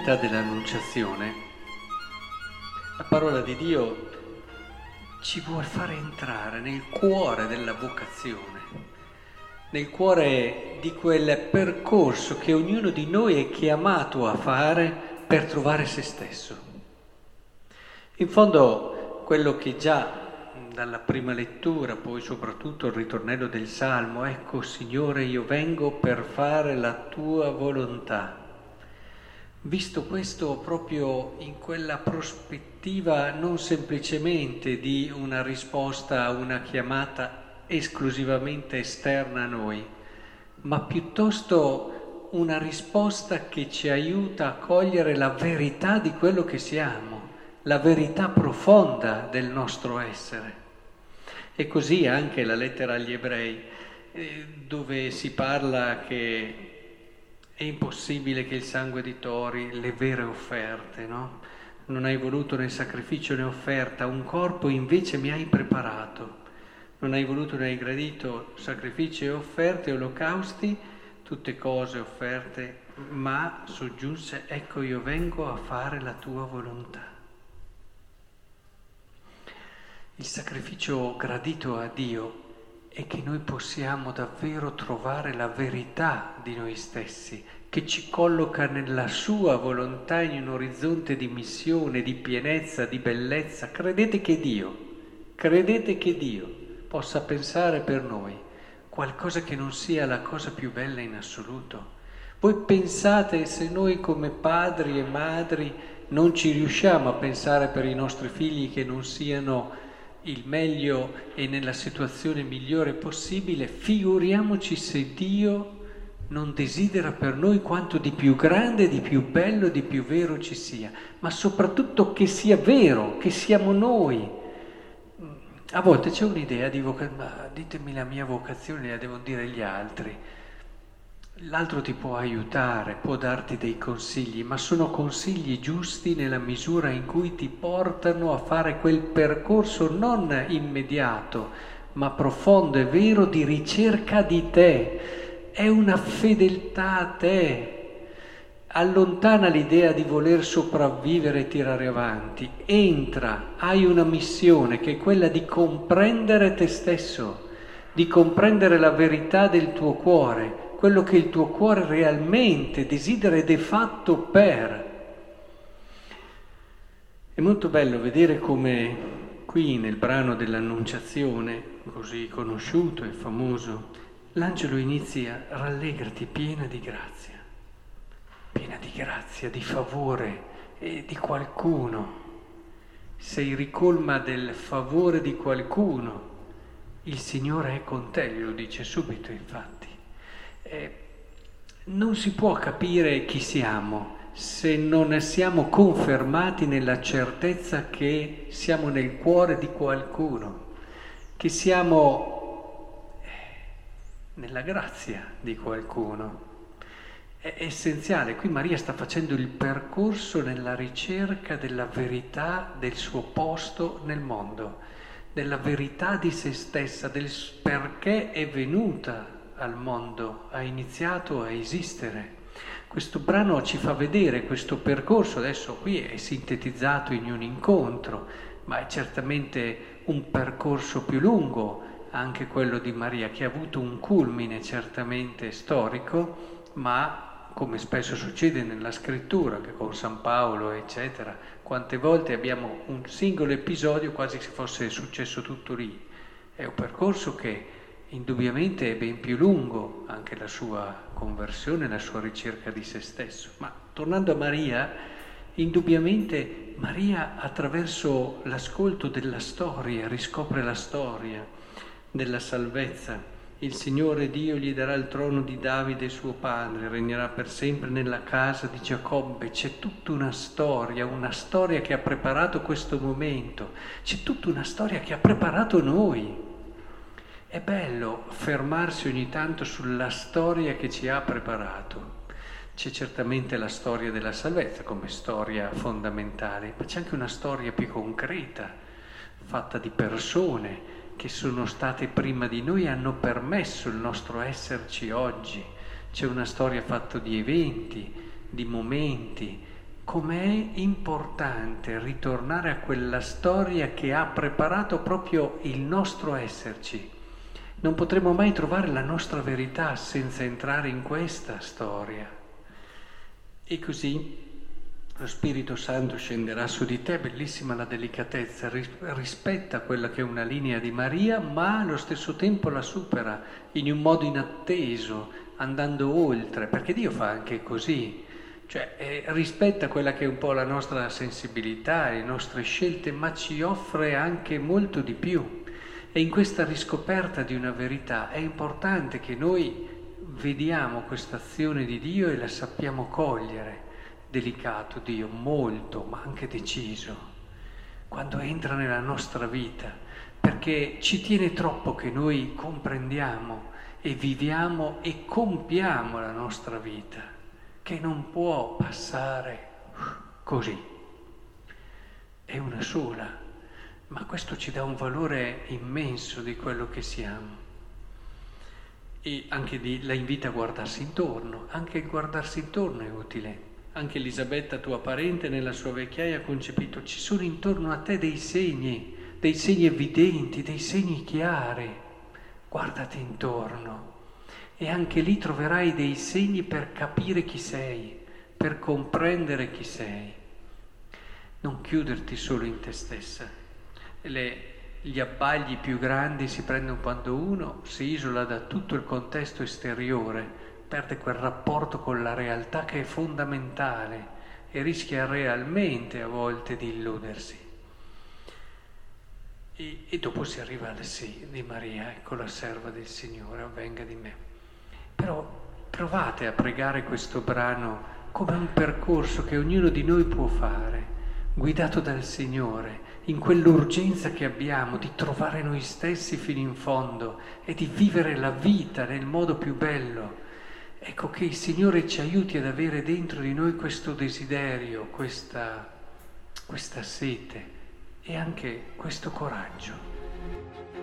profondità dell'Annunciazione, la parola di Dio ci vuol fare entrare nel cuore della vocazione, nel cuore di quel percorso che ognuno di noi è chiamato a fare per trovare se stesso. In fondo, quello che già dalla prima lettura, poi soprattutto il ritornello del Salmo, ecco Signore, io vengo per fare la tua volontà. Visto questo proprio in quella prospettiva non semplicemente di una risposta a una chiamata esclusivamente esterna a noi, ma piuttosto una risposta che ci aiuta a cogliere la verità di quello che siamo, la verità profonda del nostro essere. E così anche la lettera agli Ebrei, dove si parla che è impossibile che il sangue di tori, le vere offerte, no? Non hai voluto né sacrificio né offerta, un corpo invece mi hai preparato. Non hai voluto né hai gradito sacrifici e offerte, olocausti, tutte cose offerte, ma soggiunse, ecco io vengo a fare la tua volontà. Il sacrificio gradito a Dio è che noi possiamo davvero trovare la verità di noi stessi, che ci colloca nella sua volontà in un orizzonte di missione, di pienezza, di bellezza. Credete che Dio possa pensare per noi qualcosa che non sia la cosa più bella in assoluto. Voi pensate se noi come padri e madri non ci riusciamo a pensare per i nostri figli che non siano il meglio e nella situazione migliore possibile, figuriamoci se Dio non desidera per noi quanto di più grande, di più bello, di più vero ci sia, ma soprattutto che sia vero, che siamo noi. A volte c'è un'idea di ma ditemi la mia vocazione, la devono dire gli altri. L'altro ti può aiutare, può darti dei consigli, ma sono consigli giusti nella misura in cui ti portano a fare quel percorso non immediato, ma profondo e vero di ricerca di te. È una fedeltà a te. Allontana l'idea di voler sopravvivere e tirare avanti. Entra, hai una missione che è quella di comprendere te stesso, di comprendere la verità del tuo cuore, quello che il tuo cuore realmente desidera ed è fatto per. È molto bello vedere come qui nel brano dell'Annunciazione, così conosciuto e famoso, l'angelo inizia: rallegrati piena di grazia, di favore e di qualcuno. Sei ricolma del favore di qualcuno. Il Signore è con te, glielo dice subito infatti. Non si può capire chi siamo se non siamo confermati nella certezza che siamo nel cuore di qualcuno, che siamo nella grazia di qualcuno. È essenziale. Qui Maria sta facendo il percorso nella ricerca della verità del suo posto nel mondo, della verità di se stessa, del perché è venuta al mondo, ha iniziato a esistere. Questo brano ci fa vedere questo percorso, adesso qui è sintetizzato in un incontro, ma è certamente un percorso più lungo, anche quello di Maria, che ha avuto un culmine certamente storico, ma come spesso succede nella scrittura, che con San Paolo, eccetera, quante volte abbiamo un singolo episodio quasi se fosse successo tutto lì. È un percorso che indubbiamente è ben più lungo, anche la sua conversione, la sua ricerca di se stesso. Ma tornando a Maria, indubbiamente Maria attraverso l'ascolto della storia riscopre la storia della salvezza. Il Signore Dio gli darà il trono di Davide suo padre, regnerà per sempre nella casa di Giacobbe. C'è tutta una storia che ha preparato questo momento, c'è tutta una storia che ha preparato noi. È bello fermarsi ogni tanto sulla storia che ci ha preparato. C'è certamente la storia della salvezza come storia fondamentale, ma c'è anche una storia più concreta, fatta di persone che sono state prima di noi e hanno permesso il nostro esserci oggi. C'è una storia fatta di eventi, di momenti, com'è importante ritornare a quella storia che ha preparato proprio il nostro esserci. Non potremo mai trovare la nostra verità senza entrare in questa storia. E così lo Spirito Santo scenderà su di te, bellissima la delicatezza, rispetta quella che è una linea di Maria, ma allo stesso tempo la supera in un modo inatteso, andando oltre, perché Dio fa anche così, cioè rispetta quella che è un po' la nostra sensibilità, le nostre scelte, ma ci offre anche molto di più. E in questa riscoperta di una verità è importante che noi vediamo questa azione di Dio e la sappiamo cogliere. Delicato Dio, molto, ma anche deciso, quando entra nella nostra vita, perché ci tiene troppo che noi comprendiamo e viviamo e compiamo la nostra vita, che non può passare così. È una sola, ma questo ci dà un valore immenso di quello che siamo. E anche la invita a guardarsi intorno, anche il guardarsi intorno è utile. Anche Elisabetta, tua parente, nella sua vecchiaia ha concepito, ci sono intorno a te dei segni evidenti, dei segni chiari. Guardati intorno e anche lì troverai dei segni per capire chi sei, per comprendere chi sei. Non chiuderti solo in te stessa. Gli abbagli più grandi si prendono quando uno si isola da tutto il contesto esteriore, perde quel rapporto con la realtà che è fondamentale e rischia realmente a volte di illudersi. E dopo si arriva al sì di Maria, ecco la serva del Signore, avvenga di me. Però provate a pregare questo brano come un percorso che ognuno di noi può fare, guidato dal Signore, in quell'urgenza che abbiamo di trovare noi stessi fino in fondo e di vivere la vita nel modo più bello. Ecco che il Signore ci aiuti ad avere dentro di noi questo desiderio, questa sete e anche questo coraggio.